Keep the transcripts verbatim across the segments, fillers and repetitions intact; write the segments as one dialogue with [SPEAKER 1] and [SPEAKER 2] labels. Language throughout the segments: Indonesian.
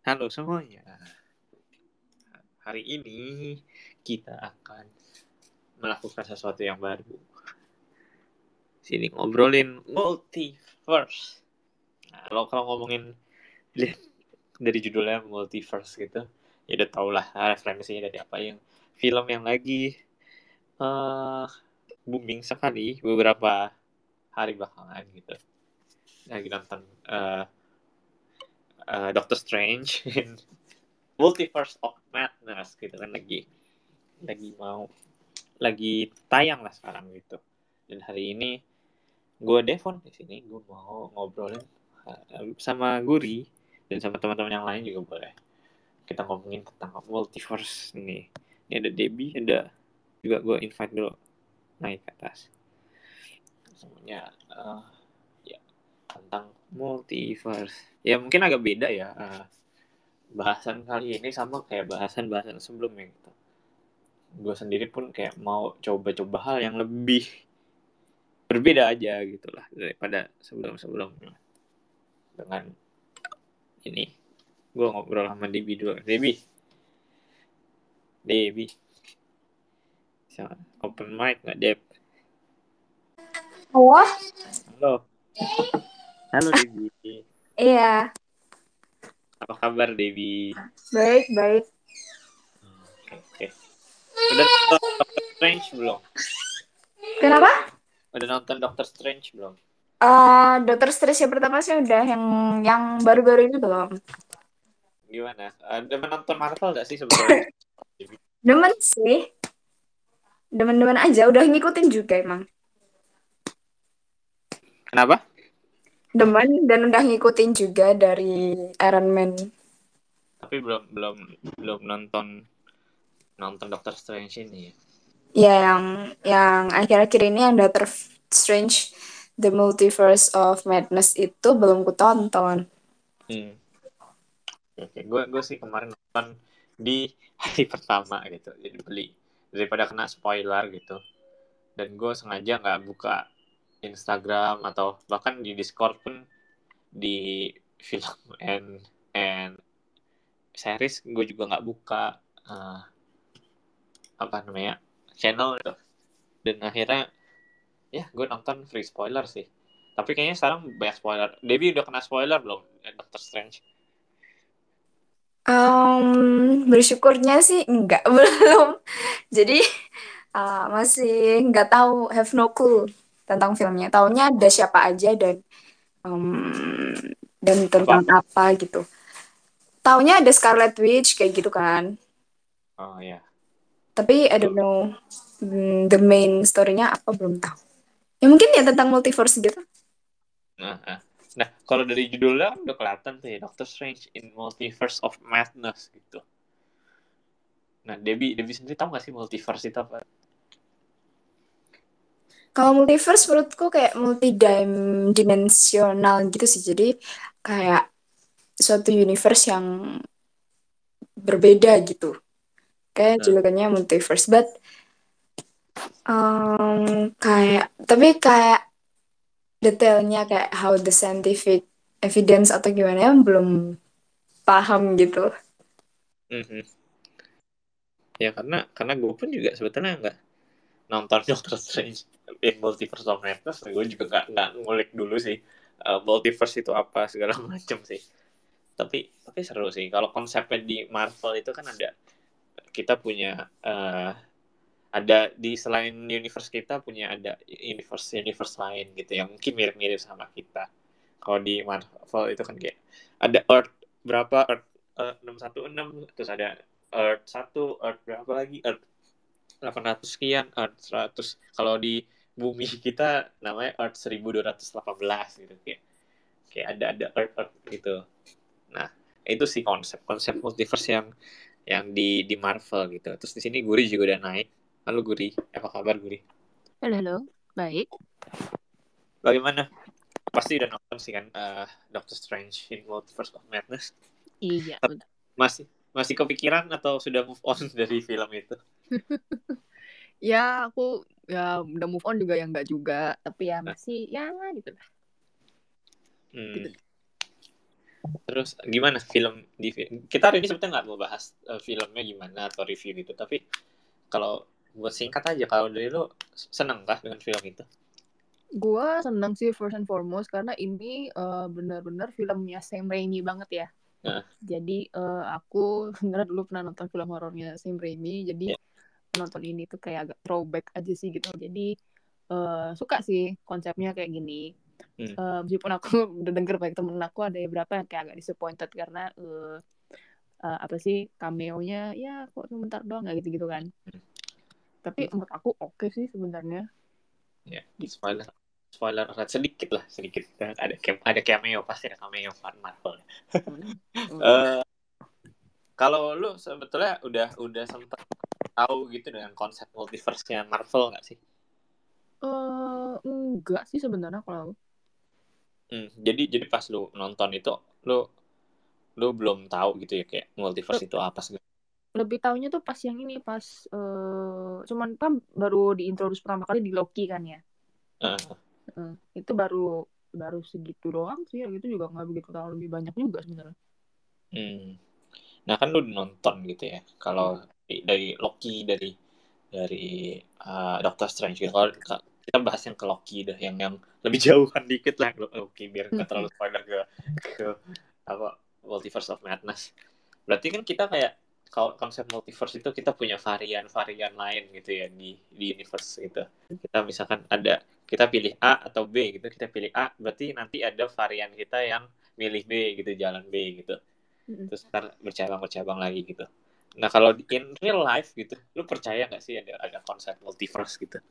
[SPEAKER 1] Halo semuanya. Hari ini kita akan melakukan sesuatu yang baru. Sini ngobrolin multiverse. Nah, kalau kalau ngomongin lihat dari judulnya multiverse gitu, ya udah tau lah referensinya dari apa yang film yang lagi uh, booming sekali beberapa hari belakangan gitu. Lagi nonton uh, uh, Doctor Strange in Multiverse of Madness gitu kan lagi lagi mau lagi tayang lah sekarang gitu. Dan hari ini gue Devon di sini, gue mau ngobrolin uh, sama Guri dan sama teman-teman yang lain juga boleh. Kita ngomongin tentang multiverse ini. Ini ada Debbie, ada juga gue invite dulu naik ke atas. Semuanya uh, ya tentang multiverse. Ya mungkin agak beda ya uh, bahasan kali ini sama kayak bahasan-bahasan sebelumnya gitu. Gue sendiri pun kayak mau coba-coba hal yang lebih berbeda aja gitulah daripada sebelum-sebelumnya. Dengan ini gue ngobrol sama Debbie dulu. Debbie Debbie bisa open mic nggak Deb?
[SPEAKER 2] Halo?
[SPEAKER 1] Halo halo Debbie,
[SPEAKER 2] Iya,
[SPEAKER 1] apa kabar Debbie?
[SPEAKER 2] baik, baik.
[SPEAKER 1] Oke oke, udah nonton Doctor Strange belum?
[SPEAKER 2] Kenapa?
[SPEAKER 1] Udah nonton Doctor Strange belum?
[SPEAKER 2] Eh, Dokter Strange yang pertama sih udah, yang yang baru-baru ini belum.
[SPEAKER 1] Gimana? Ada menonton Marvel nggak sih sebetulnya Debbie?
[SPEAKER 2] Demen sih, demen-demen aja. Udah ngikutin juga emang.
[SPEAKER 1] Kenapa?
[SPEAKER 2] Demen dan udah ngikutin juga dari Iron Man.
[SPEAKER 1] Tapi belum belum belum nonton nonton Doctor Strange ini ya.
[SPEAKER 2] Ya, yang yang akhir-akhir ini yang Doctor Strange The Multiverse of Madness itu belum kutonton.
[SPEAKER 1] Hmm. Oke, gue gue sih kemarin nonton di hari pertama gitu, jadi beli daripada kena spoiler gitu. Dan gue sengaja nggak buka Instagram atau bahkan di Discord pun di film and and series gue juga nggak buka uh, apa namanya channel itu. Dan akhirnya ya gue nonton free spoiler sih. Tapi kayaknya sekarang banyak spoiler. Debbie udah kena spoiler belum? Eh, Doctor Strange.
[SPEAKER 2] Um, bersyukurnya sih enggak, belum. Jadi uh, masih nggak tahu, have no clue tentang filmnya. Taunya ada siapa aja dan um, dan tentang
[SPEAKER 1] Apa?
[SPEAKER 2] apa gitu. Taunya ada Scarlet Witch kayak gitu kan.
[SPEAKER 1] Oh ya.
[SPEAKER 2] Tapi I don't know, hmm, the main story-nya apa belum tahu. Ya mungkin ya tentang multiverse gitu.
[SPEAKER 1] Nah, nah, nah, kalau dari judulnya kan udah kelihatan tuh ya, Doctor Strange in Multiverse of Madness gitu. Nah, Debbie, Debbie sendiri tahu nggak sih multiverse itu apa?
[SPEAKER 2] Kalau multiverse menurutku kayak multidimensional gitu sih. Jadi kayak suatu universe yang berbeda gitu. Kayak
[SPEAKER 1] Nah,
[SPEAKER 2] julukannya multiverse, but um, kayak tapi kayak detailnya kayak how the scientific evidence atau gimana ya belum paham gitu.
[SPEAKER 1] mhm. Ya karena karena gue pun juga sebetulnya nggak nonton Doctor Strange in Multiverse of Madness, gue juga nggak nggak ngulik dulu sih uh, multiverse itu apa segala macam sih. Tapi tapi seru sih. Kalau konsepnya di Marvel itu kan ada kita punya uh, ada di selain universe kita punya ada universe universe lain gitu yang mungkin mirip-mirip sama kita. Kalau di Marvel itu kan kayak ada Earth berapa Earth uh, enam satu enam, terus ada Earth satu Earth berapa lagi Earth delapan ratus sekian Earth seratus. Kalau di bumi kita namanya Earth seribu dua ratus delapan belas gitu kayak kayak ada ada Earth Earth gitu. Nah, itu sih konsep konsep multiverse yang yang di di Marvel gitu. Terus di sini Guri juga udah naik. Halo Guri, apa kabar Guri?
[SPEAKER 3] Halo, halo. Baik.
[SPEAKER 1] Bagaimana? Pasti udah nonton sih kan uh, Doctor Strange in Multiverse of Madness.
[SPEAKER 3] Iya, betul.
[SPEAKER 1] Masih masih kepikiran atau sudah move on dari film itu?
[SPEAKER 3] Ya, aku ya udah move on juga ya enggak juga, tapi ya
[SPEAKER 1] Nah,
[SPEAKER 3] masih ya gitu lah.
[SPEAKER 1] hmm,
[SPEAKER 3] Gitu.
[SPEAKER 1] Terus gimana film di kita hari ini sebetulnya nggak mau bahas uh, filmnya gimana atau review gitu, tapi kalau buat singkat aja, kalau dari lu seneng kah dengan film itu?
[SPEAKER 3] Gua seneng sih first and foremost karena ini uh, benar-benar filmnya Sam Raimi banget ya.
[SPEAKER 1] Nah,
[SPEAKER 3] Jadi uh, aku sebenarnya dulu pernah nonton film horornya Sam Raimi, jadi
[SPEAKER 1] ya.
[SPEAKER 3] nonton ini tuh kayak agak throwback aja sih gitu. Jadi uh, suka sih konsepnya kayak gini.
[SPEAKER 1] Hmm.
[SPEAKER 3] Uh, meskipun aku udah denger banyak temen aku ada beberapa yang kayak agak disappointed karena uh, uh, apa sih cameo-nya ya kok sebentar doang nggak gitu-gitu kan.
[SPEAKER 1] Hmm.
[SPEAKER 3] Tapi menurut aku oke sih sebenarnya.
[SPEAKER 1] Ya, spoiler spoiler sedikit lah, sedikit. Ada ada cameo, pasti ada cameo Marvel.
[SPEAKER 3] Hmm.
[SPEAKER 1] uh, kalau lu sebetulnya udah udah sempat tahu gitu dengan konsep multiverse-nya Marvel nggak sih?
[SPEAKER 3] Uh, enggak sih sebenarnya kalau
[SPEAKER 1] Hmm, jadi jadi pas lu nonton itu lu lu belum tahu gitu ya kayak multiverse itu apa sih?
[SPEAKER 3] lebih tahunya tuh pas yang ini pas uh, cuman kan baru diintroduce pertama kali di Loki kan ya.
[SPEAKER 1] Uh,
[SPEAKER 3] Uh, itu baru baru segitu doang sih, gitu juga nggak begitu tahu lebih banyak juga sebenarnya.
[SPEAKER 1] hmm. Nah kan lu nonton gitu ya. Kalau dari, dari Loki, dari dari uh, Doctor Strange gitu. Kalau kita bahas yang ke Loki dah, yang yang lebih jauhan dikit lah Loki biar nggak terlalu spoiler ke ke apa Multiverse of Madness. Berarti kan kita kayak kalau konsep multiverse itu kita punya varian-varian lain gitu ya di di universe itu. Kita misalkan ada kita pilih A atau B gitu, kita pilih A berarti nanti ada varian kita yang milih B gitu, jalan B gitu. Terus ntar bercabang-bercabang lagi gitu. Nah kalau in real life gitu, lu percaya nggak sih ada ada konsep multiverse gitu?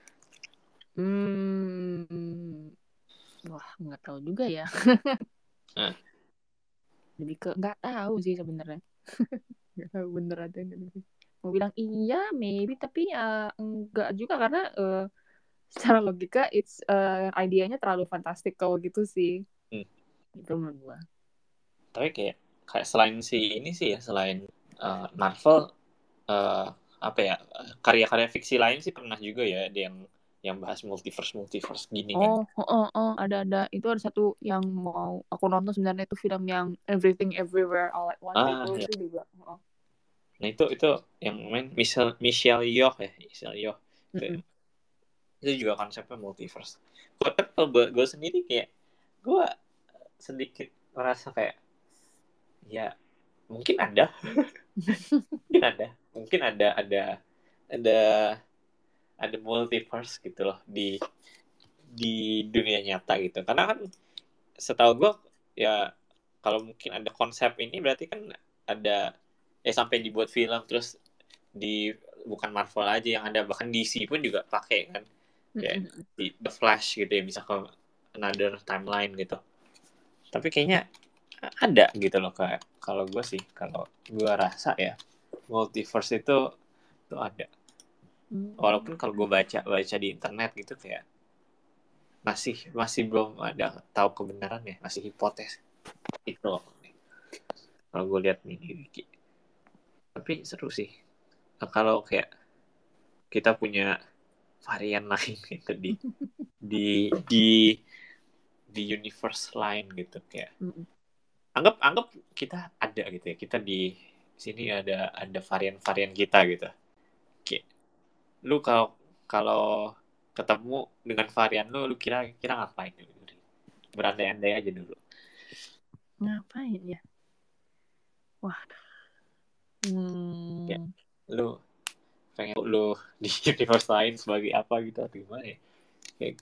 [SPEAKER 3] Hmm, wah nggak tahu juga ya.
[SPEAKER 1] Nah,
[SPEAKER 3] Lebih ke nggak tahu sih sebenarnya. Nggak tahu bener ada nggak sih. Mau bilang iya maybe tapi ya enggak juga karena uh, secara logika it's uh, idenya terlalu fantastik kalau gitu sih.
[SPEAKER 1] hmm.
[SPEAKER 3] Itu menurut gua.
[SPEAKER 1] Tapi kayak kayak selain si ini sih ya, selain uh, Marvel, uh, apa ya, karya-karya fiksi lain sih pernah juga ya ada yang yang bahas multiverse multiverse gini kan.
[SPEAKER 3] Oh, oh, oh, oh, ada ada itu ada satu yang mau aku nonton sebenarnya itu film yang Everything Everywhere All at Once
[SPEAKER 1] Ah
[SPEAKER 3] itu
[SPEAKER 1] ya.
[SPEAKER 3] itu juga. Oh.
[SPEAKER 1] Nah itu itu yang main Michelle Michelle Yeoh ya, Michelle Yeoh. Itu,
[SPEAKER 3] Mm-mm.
[SPEAKER 1] itu juga konsepnya multiverse. Gue kan kalau gue, gue sendiri kayak gue sedikit merasa kayak ya mungkin ada mungkin ada mungkin ada ada ada ada multiverse gitu loh di di dunia nyata gitu karena kan setahu gue ya kalau mungkin ada konsep ini berarti kan ada eh sampai dibuat film terus di bukan Marvel aja yang ada bahkan D C pun juga pakai kan kayak
[SPEAKER 3] Mm-mm.
[SPEAKER 1] di The Flash gitu ya bisa ke another timeline gitu tapi kayaknya ada gitu loh kayak kalau gue sih kalau gue rasa ya multiverse itu itu ada walaupun kalau gue baca baca di internet gitu kayak masih masih belum ada tahu kebenarannya masih hipotesis itu loh kalau gue lihat nih di wiki tapi seru sih nah, kalau kayak kita punya varian lain gitu di di di di universe lain gitu kayak
[SPEAKER 3] Mm-mm.
[SPEAKER 1] anggap anggap kita ada gitu ya kita di sini ada ada varian-varian kita gitu kayak lu kalau kalau ketemu dengan varian lu lu kira kira ngapain dulu berandai-andai aja dulu
[SPEAKER 3] Ngapain ya? Wah.
[SPEAKER 1] ya
[SPEAKER 3] Hmm.
[SPEAKER 1] lu pengen lu di universe lain sebagai apa gitu atau gimana ya kayak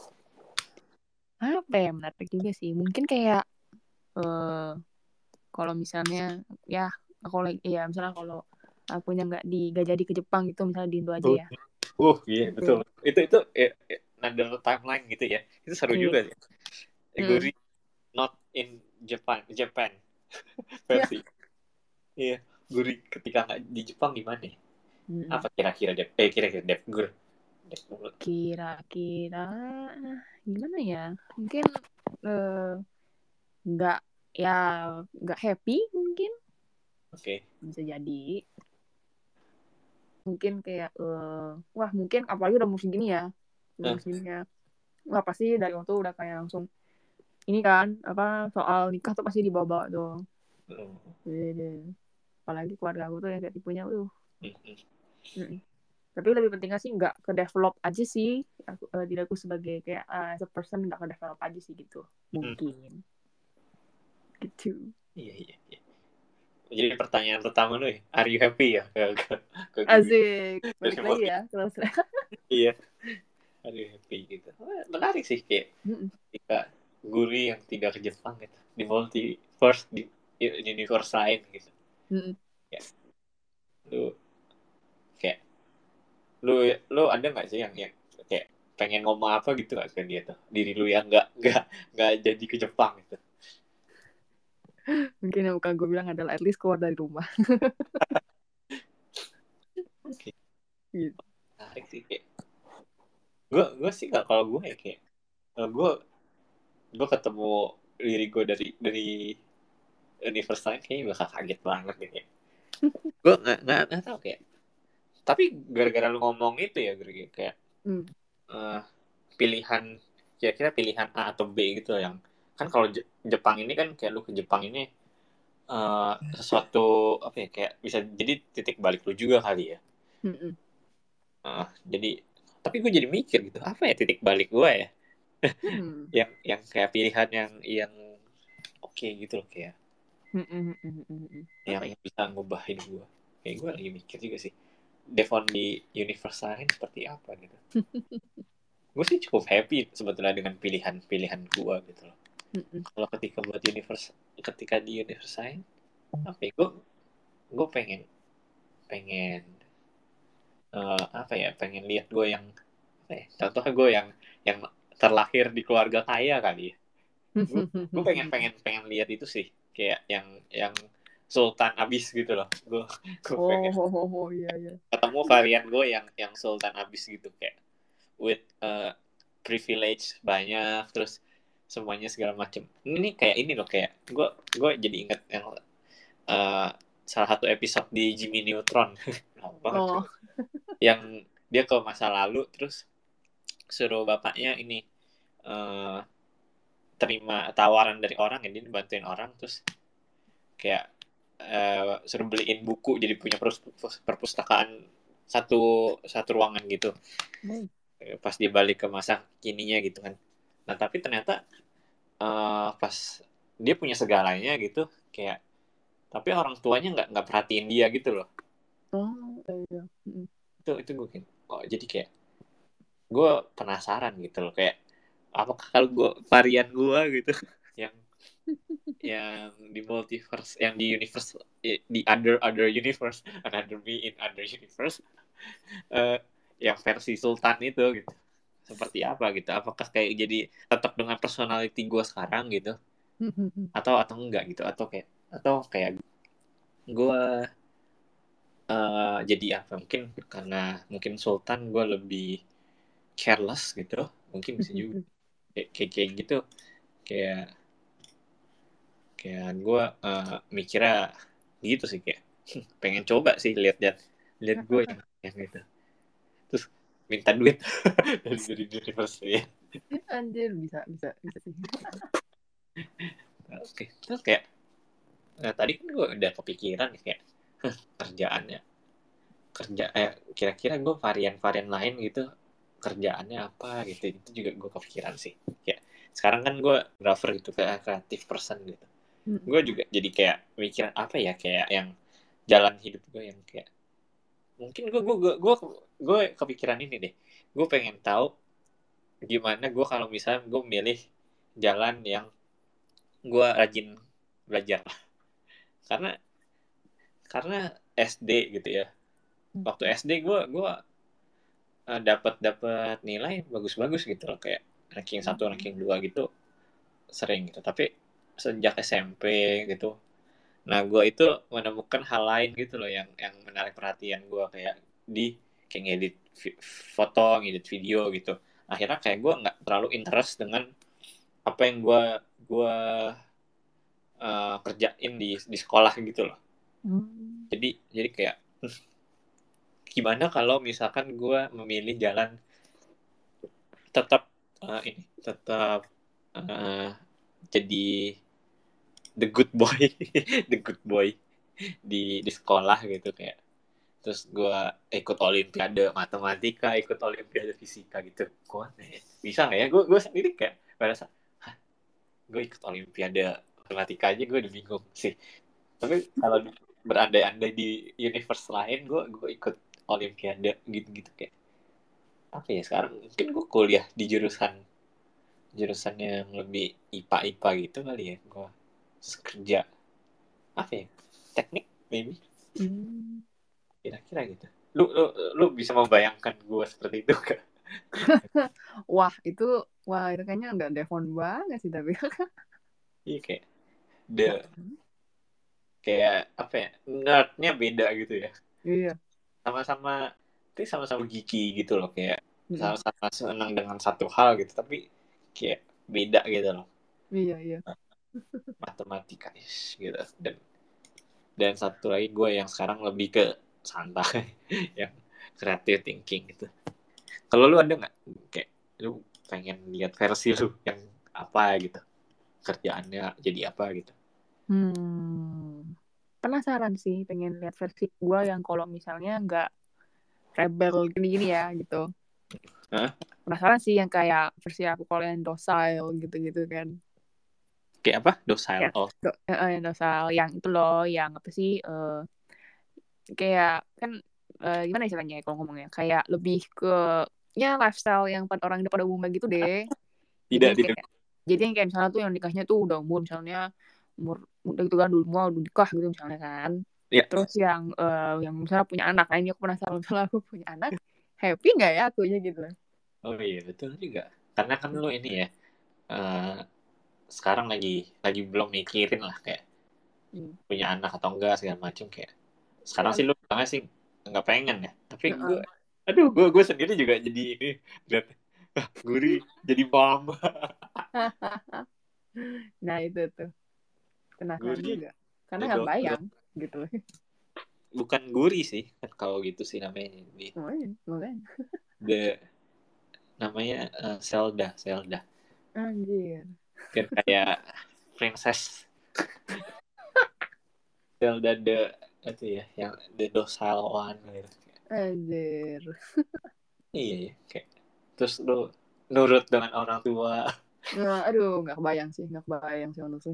[SPEAKER 3] Apa ya menarik juga sih. Mungkin kayak eh kalau misalnya ya aku lagi ya misalnya kalau akunya nggak di nggak jadi ke Jepang gitu misalnya di Indo aja
[SPEAKER 1] uh,
[SPEAKER 3] ya.
[SPEAKER 1] uh iya
[SPEAKER 3] Itu.
[SPEAKER 1] betul itu itu eh, eh, another timeline gitu ya itu seru
[SPEAKER 3] Iya.
[SPEAKER 1] juga sih
[SPEAKER 3] Mm.
[SPEAKER 1] Guri not in Japan Japan
[SPEAKER 3] Ya.
[SPEAKER 1] versi iya Guri ketika nggak di Jepang gimana ya?
[SPEAKER 3] Mm.
[SPEAKER 1] Apa kira-kira deh eh kira-kira deh Gur
[SPEAKER 3] Kira-kira gimana ya? Mungkin eh, nggak ya nggak happy mungkin
[SPEAKER 1] oke okay.
[SPEAKER 3] bisa jadi mungkin kayak eh, wah mungkin apalagi udah musim gini ya udah
[SPEAKER 1] Nah,
[SPEAKER 3] musim gini ya wah pasti dari waktu udah kayak langsung ini kan apa soal nikah tuh pasti dibawa-bawa tuh.
[SPEAKER 1] Hmm.
[SPEAKER 3] Jadi, apalagi keluarga aku tuh yang kayak tipenya tuh.
[SPEAKER 1] Hmm.
[SPEAKER 3] Mm-mm. Tapi lebih pentingnya sih nggak ke develop aja sih. Aku, uh, diri aku sebagai kayak uh, as a person nggak ke develop aja sih gitu. Mungkin. Gitu.
[SPEAKER 1] Iya, iya, iya. Jadi pertanyaan pertama lu, are you happy ya? Ke, ke, ke
[SPEAKER 3] Asik. Balik lagi ya. Terus.
[SPEAKER 1] Iya. Are you happy gitu. Menarik sih kayak
[SPEAKER 3] Mm-mm.
[SPEAKER 1] ketika Guri yang tidak ke Jepang gitu di multiverse di universe lain gitu.
[SPEAKER 3] Mm-mm.
[SPEAKER 1] Ya, lu kayak lu lu ada nggak sih yang yang kayak pengen ngomong apa gitu nggak ke dia tuh diri lu yang nggak nggak nggak jadi ke Jepang gitu.
[SPEAKER 3] Mungkin yang bukan gue bilang adalah at least keluar dari rumah.
[SPEAKER 1] Oke.
[SPEAKER 3] Gitu.
[SPEAKER 1] Menarik sih kayak gue gue sih nggak kalau gue ya kayak gue gue ketemu diri gue dari dari universe lain kayaknya bakal kaget banget gitu ya. Gue nggak nggak nggak tahu kayak tapi gara-gara lu ngomong itu ya Greg, kayak
[SPEAKER 3] Mm.
[SPEAKER 1] uh, pilihan kira-kira pilihan A atau B gitu yang kan kalau Je- Jepang ini kan kayak lu ke Jepang ini uh, sesuatu apa ya kayak bisa jadi titik balik lu juga kali ya.
[SPEAKER 3] Mm-mm.
[SPEAKER 1] Uh, jadi tapi gue jadi mikir gitu apa ya titik balik gue ya
[SPEAKER 3] Hmm.
[SPEAKER 1] yang yang kayak pilihan yang yang oke okay gitu loh kayak
[SPEAKER 3] Mm-mm. Mm-mm.
[SPEAKER 1] yang, yang bisa ngubah hidup gue kayak gue lagi mikir juga sih Devon di universe lain seperti apa gitu. Gue sih cukup happy sebetulnya dengan pilihan-pilihan gue gitu loh.
[SPEAKER 3] Mm-mm.
[SPEAKER 1] Kalau ketika buat universe, ketika di universe lain, apa ya, gue gue pengen pengen uh, apa ya, pengen lihat gue yang apa ya, contohnya gue yang yang terlahir di keluarga kaya kali ya. Gue gue pengen pengen pengen lihat itu sih, kayak yang yang Sultan abis gitu loh. Gue gue
[SPEAKER 3] Oh,
[SPEAKER 1] pengen
[SPEAKER 3] oh, oh, oh, iya, iya.
[SPEAKER 1] ketemu varian gue yang yang Sultan abis gitu kayak with uh, privilege banyak terus semuanya segala macem. Ini kayak ini loh kayak gue gue jadi inget yang uh, salah satu episode di Jimmy Neutron banget
[SPEAKER 3] Oh.
[SPEAKER 1] yang dia ke masa lalu terus suruh bapaknya ini uh, terima tawaran dari orang yang dia bantuin orang terus kayak uh, suruh beliin buku jadi punya perpustakaan satu satu ruangan gitu.
[SPEAKER 3] Hmm.
[SPEAKER 1] Pas dia balik ke masa kininya gitu kan. Nah tapi ternyata uh, pas dia punya segalanya gitu kayak tapi orang tuanya nggak nggak perhatiin dia gitu loh.
[SPEAKER 3] Oh, iya. Mm.
[SPEAKER 1] Itu itu gue kayak oh, jadi kayak gue penasaran gitu loh kayak apakah kalau gue varian gue gitu yang yang di multiverse yang di universe di other other universe another me in other universe uh, yang versi Sultan itu gitu seperti apa gitu apakah kayak jadi tetap dengan personality gue sekarang gitu atau atau enggak gitu atau kayak atau kayak gue uh, jadi apa mungkin karena mungkin Sultan gue lebih careless gitu mungkin bisa juga kayak kayak, kayak gitu kayak kayak gue uh, mikirnya gitu sih kayak pengen coba sih lihat-lihat lihat gue yang yang gitu terus minta duit dari dari universe ya.
[SPEAKER 3] Anjir, bisa, bisa, bisa sih.
[SPEAKER 1] Oke terus kayak nah tadi kan gue udah kepikiran nih kayak kerjaannya kerja eh kira-kira gue varian-varian lain gitu kerjaannya apa gitu itu juga gue kepikiran sih kayak sekarang kan gue grafer gitu kayak kreatif person gitu
[SPEAKER 3] Mm.
[SPEAKER 1] gue juga jadi kayak mikiran apa ya kayak yang jalan hidup gue yang kayak mungkin gue gue gue gue, gue kepikiran ini deh gue pengen tahu gimana gue kalau misalnya gue milih jalan yang gue rajin belajar karena karena S D gitu ya waktu S D gue gue uh, dapat dapat nilai bagus-bagus gitu loh kayak ranking satu ranking dua gitu sering gitu tapi sejak S M P gitu nah gue itu menemukan hal lain gitu loh yang yang menarik perhatian gue kayak di kayak ngedit foto ngedit video gitu akhirnya kayak gue nggak terlalu interest dengan apa yang gue gue uh, kerjain di di sekolah gitu loh
[SPEAKER 3] Mm.
[SPEAKER 1] jadi jadi kayak gimana kalau misalkan gue memilih jalan tetap uh, ini tetap uh, jadi the good boy the good boy di di sekolah gitu kayak. Terus gue ikut olimpiade matematika, ikut olimpiade fisika gitu. Gue bisa nggak ya? Gue gue sendiri kayak merasa, hah, gue ikut olimpiade matematika aja gue udah bingung sih. Tapi kalau berandai-andai di universe lain, gue gue ikut olimpiade gitu-gitu kayak apa ya, sekarang mungkin gue kuliah di jurusan jurusan yang lebih I P A I P A gitu kali ya. Gue terus kerja apa ya, teknik maybe,
[SPEAKER 3] Hmm.
[SPEAKER 1] kira-kira gitu. Lu lu lu bisa membayangkan gue seperti itu gak?
[SPEAKER 3] Wah itu, wah itu kayaknya nggak Devon banget sih tapi.
[SPEAKER 1] Iya kayak the kayak apa ya, nerdnya beda gitu ya.
[SPEAKER 3] Iya.
[SPEAKER 1] Sama-sama tapi sama-sama geeky gitu loh, kayak
[SPEAKER 3] Mm-mm.
[SPEAKER 1] sama-sama senang dengan satu hal gitu, tapi kayak beda gitu loh.
[SPEAKER 3] Iya iya.
[SPEAKER 1] Matematika is, gitu. Dan dan satu lagi gue yang sekarang lebih ke santai yang creative thinking gitu. Kalau lu ada nggak kayak lu pengen lihat versi lu yang apa gitu, kerjaannya jadi apa gitu?
[SPEAKER 3] Hmm. Penasaran sih, pengen lihat versi gue yang kalau misalnya nggak rebel gini-gini ya gitu.
[SPEAKER 1] Hah?
[SPEAKER 3] Penasaran sih yang kayak versi aku kalau yang docile gitu-gitu kan.
[SPEAKER 1] Kayak apa, docile?
[SPEAKER 3] Ya,
[SPEAKER 1] Oh
[SPEAKER 3] do, eh, eh, docile yang itu loh, yang apa sih? eh, kayak kan eh, gimana istilahnya ya kalau ngomongnya? Kayak lebih ke ya lifestyle yang pada orang pada umumnya gitu deh. Jadi
[SPEAKER 1] tidak
[SPEAKER 3] yang
[SPEAKER 1] tidak
[SPEAKER 3] kayak jadi yang kayak misalnya tuh yang nikahnya tuh udah umur misalnya umur udah gitu kan dulu mau udah nikah gitu misalnya kan.
[SPEAKER 1] ya.
[SPEAKER 3] Terus yang eh, yang misalnya punya anak, nah ini aku penasaran misalnya aku punya anak, happy nggak ya akunya gitu.
[SPEAKER 1] Oh iya betul juga, karena kan lu ini ya, eh, sekarang lagi lagi belum mikirin lah kayak
[SPEAKER 3] Hmm.
[SPEAKER 1] punya anak atau enggak segala macam. Kayak sekarang
[SPEAKER 3] Ya,
[SPEAKER 1] sih lu bilangnya sih nggak pengen ya, tapi gue
[SPEAKER 3] uh-uh.
[SPEAKER 1] aduh gue gue sendiri juga jadi ini lihat Guri jadi mom.
[SPEAKER 3] Nah itu tuh penasaran
[SPEAKER 1] Guri
[SPEAKER 3] juga karena
[SPEAKER 1] the
[SPEAKER 3] nggak
[SPEAKER 1] do,
[SPEAKER 3] bayang gitu.
[SPEAKER 1] bukan Guri sih kan kalau gitu sih namanya di
[SPEAKER 3] Makanya, makanya.
[SPEAKER 1] the namanya eh, Zelda Zelda
[SPEAKER 3] Anjir.
[SPEAKER 1] kan kayak princess Zelda the itu ya yang the docile one gitu.
[SPEAKER 3] Anjir.
[SPEAKER 1] Iya ya kayak terus lu nurut dengan orang tua.
[SPEAKER 3] Nah, aduh, nggak kebayang sih, nggak kebayang sih honestly.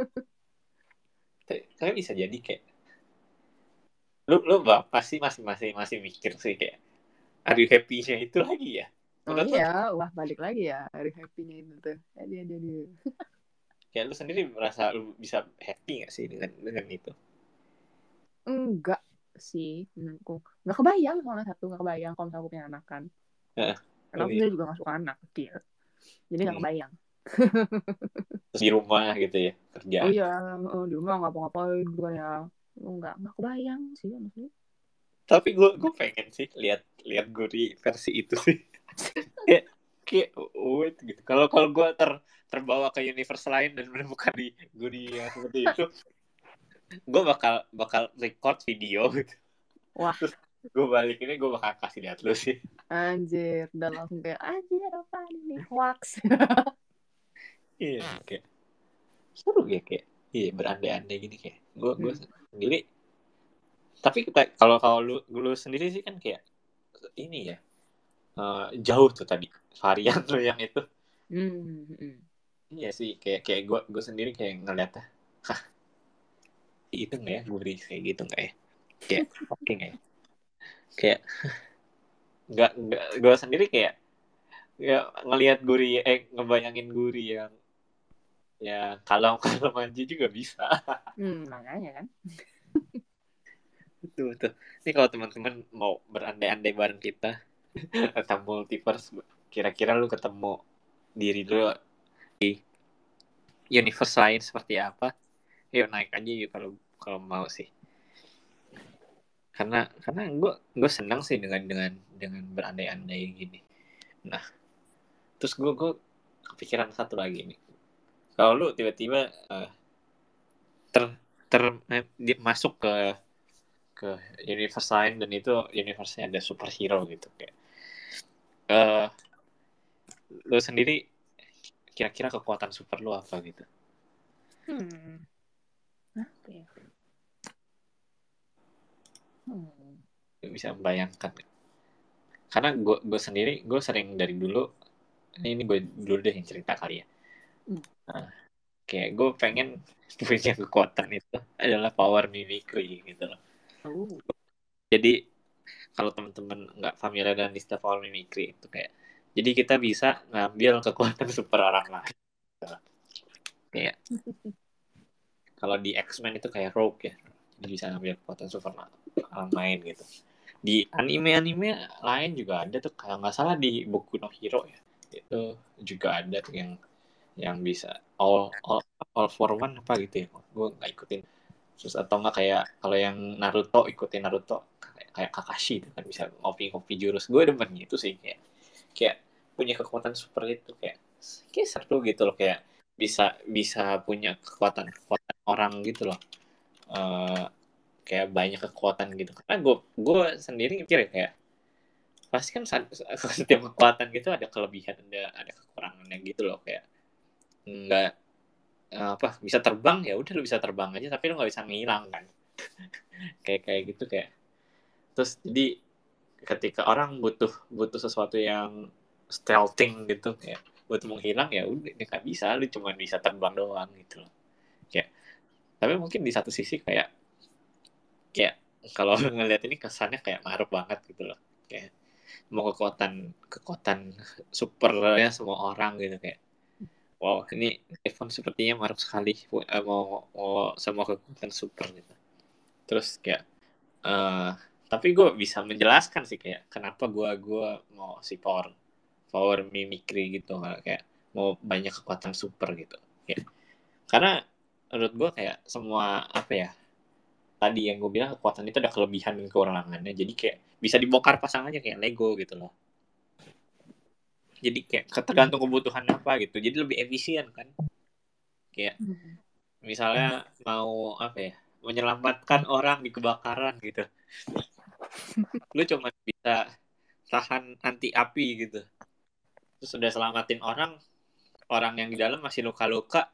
[SPEAKER 1] Tapi bisa jadi kayak lu lu bapak sih masih masih masih mikir sih kayak are you happy-nya itu lagi ya.
[SPEAKER 3] Oh
[SPEAKER 1] Menurut lu
[SPEAKER 3] iya, wah balik lagi ya hari happy-nya itu tuh. Jadi dia dia.
[SPEAKER 1] kayak lu sendiri merasa lu bisa happy gak sih dengan dengan itu?
[SPEAKER 3] Enggak sih, menurutku. Nggak kebayang soalnya satu, nggak kebayang kalau misalnya aku punya anak kan.
[SPEAKER 1] Heeh.
[SPEAKER 3] Karena
[SPEAKER 1] Oh
[SPEAKER 3] aku
[SPEAKER 1] iya.
[SPEAKER 3] sendiri juga nggak suka anak kecil. Jadi nggak
[SPEAKER 1] Hmm.
[SPEAKER 3] kebayang.
[SPEAKER 1] Terus di rumah gitu ya
[SPEAKER 3] Oh
[SPEAKER 1] kerjaan.
[SPEAKER 3] iya, oh, di rumah ngapa-ngapain gitu kan ya. Enggak, nggak kebayang sih honestly.
[SPEAKER 1] Tapi gue gue pengen sih lihat lihat Guri versi itu sih. kayak kayak wait gitu. Kalau kalau gue ter terbawa ke universe lain dan menemukan di Guri yang seperti itu, gue bakal bakal record video gitu.
[SPEAKER 3] Wah,
[SPEAKER 1] Terus gue balik ini gue bakal kasih lihat lu sih.
[SPEAKER 3] anjir. Dan langsung kayak, anjir apa ini, hoax.
[SPEAKER 1] Iya kayak seru ya kayak iya berandai-andai gini kayak gue gue
[SPEAKER 3] Hmm.
[SPEAKER 1] sendiri. Tapi kita kalau kalau lu lu sendiri sih kan kayak ini ya, uh, jauh tuh tadi varian lu yang itu.
[SPEAKER 3] Hmm. Hmm.
[SPEAKER 1] Iya sih kayak kayak gue gue sendiri kayak ngeliatnya, hah itu nggak ya Guri kayak gitu nggak ya, kayak oke okay, nggak ya, kayak nggak nggak gue sendiri kayak ya ngelihat Guri eh ngebayangin Guri yang ya kalau kalau maju juga bisa.
[SPEAKER 3] Hmm, makanya kan.
[SPEAKER 1] Betul betul. Ini kalau teman-teman mau berandai-andai bareng kita tentang multiverse, kira-kira lu ketemu diri lu di universe lain seperti apa? Yuk naik aja yuk kalau kalau mau sih. Karena karena gue gue senang sih dengan dengan dengan berandai-andai gini. Nah, terus gue gue kepikiran satu lagi nih. Kalau lu tiba-tiba uh, ter ter eh, di- masuk ke ke universe lain dan itu universe-nya ada superhero gitu kayak. Uh, lu sendiri kira-kira kekuatan super lu apa gitu?
[SPEAKER 3] Hmm. Apa ya? Hmm.
[SPEAKER 1] Lu bisa membayangkan. Karena gue gue sendiri gue sering dari dulu, ini, ini gue dulu deh yang cerita kali ya.
[SPEAKER 3] Hmm.
[SPEAKER 1] Nah, kayak gue pengen punya kekuatan itu adalah power mimicry gitu loh.
[SPEAKER 3] Oh.
[SPEAKER 1] Jadi kalau teman-teman nggak familiar dengan istilah power mimicry itu kayak, jadi kita bisa ngambil kekuatan super orang lain. Kayak kalau di X-Men itu kayak Rogue ya, jadi bisa ngambil kekuatan super orang lain gitu. Di anime-anime lain juga ada tuh, kalau nggak salah di Boku no Hero ya, itu juga ada tuh yang yang bisa all all all for one apa gitu ya, gue nggak ikutin. Terus atau nggak kayak kalau yang Naruto, ikutin Naruto kayak, kayak Kakashi itu kan bisa ngopi-ngopi jurus. Gue demen gitu sih, kayak kayak punya kekuatan super itu kayak kayak seru gitu loh, kayak bisa bisa punya kekuatan kekuatan orang gitu loh. Eh, kayak banyak kekuatan gitu, karena gue gue sendiri mikir ya, kayak pasti kan setiap kekuatan gitu ada kelebihan, ada ada kekurangannya gitu loh, kayak nggak apa bisa terbang ya udah lu bisa terbang aja, tapi lu nggak bisa ngilang kan. kayak kayak gitu, kayak terus jadi ketika orang butuh butuh sesuatu yang stealthing gitu, kayak butuh menghilang, ya udah nggak bisa, lu cuma bisa terbang doang gitu loh. Kayak tapi mungkin di satu sisi kayak kayak kalau ngelihat ini kesannya kayak maruk banget gitu loh, kayak mau kekuatan kekuatan supernya semua orang gitu, kayak wow ini Devon sepertinya maruk sekali mau mau semua kekuatan super gitu. Terus kayak uh, tapi gue bisa menjelaskan sih kayak kenapa gue gue mau si power power mimicry gitu, kayak mau banyak kekuatan super gitu, kayak karena menurut gue kayak semua apa ya, tadi yang gue bilang kekuatan itu ada kelebihan dan kekurangannya, jadi kayak bisa dibongkar pasang aja kayak Lego gitu loh. Jadi kayak tergantung kebutuhan apa gitu, jadi lebih efisien kan. Kayak misalnya mau apa ya, menyelamatkan orang di kebakaran gitu, lu cuma bisa tahan anti api gitu, terus udah selamatin orang orang yang di dalam masih luka-luka,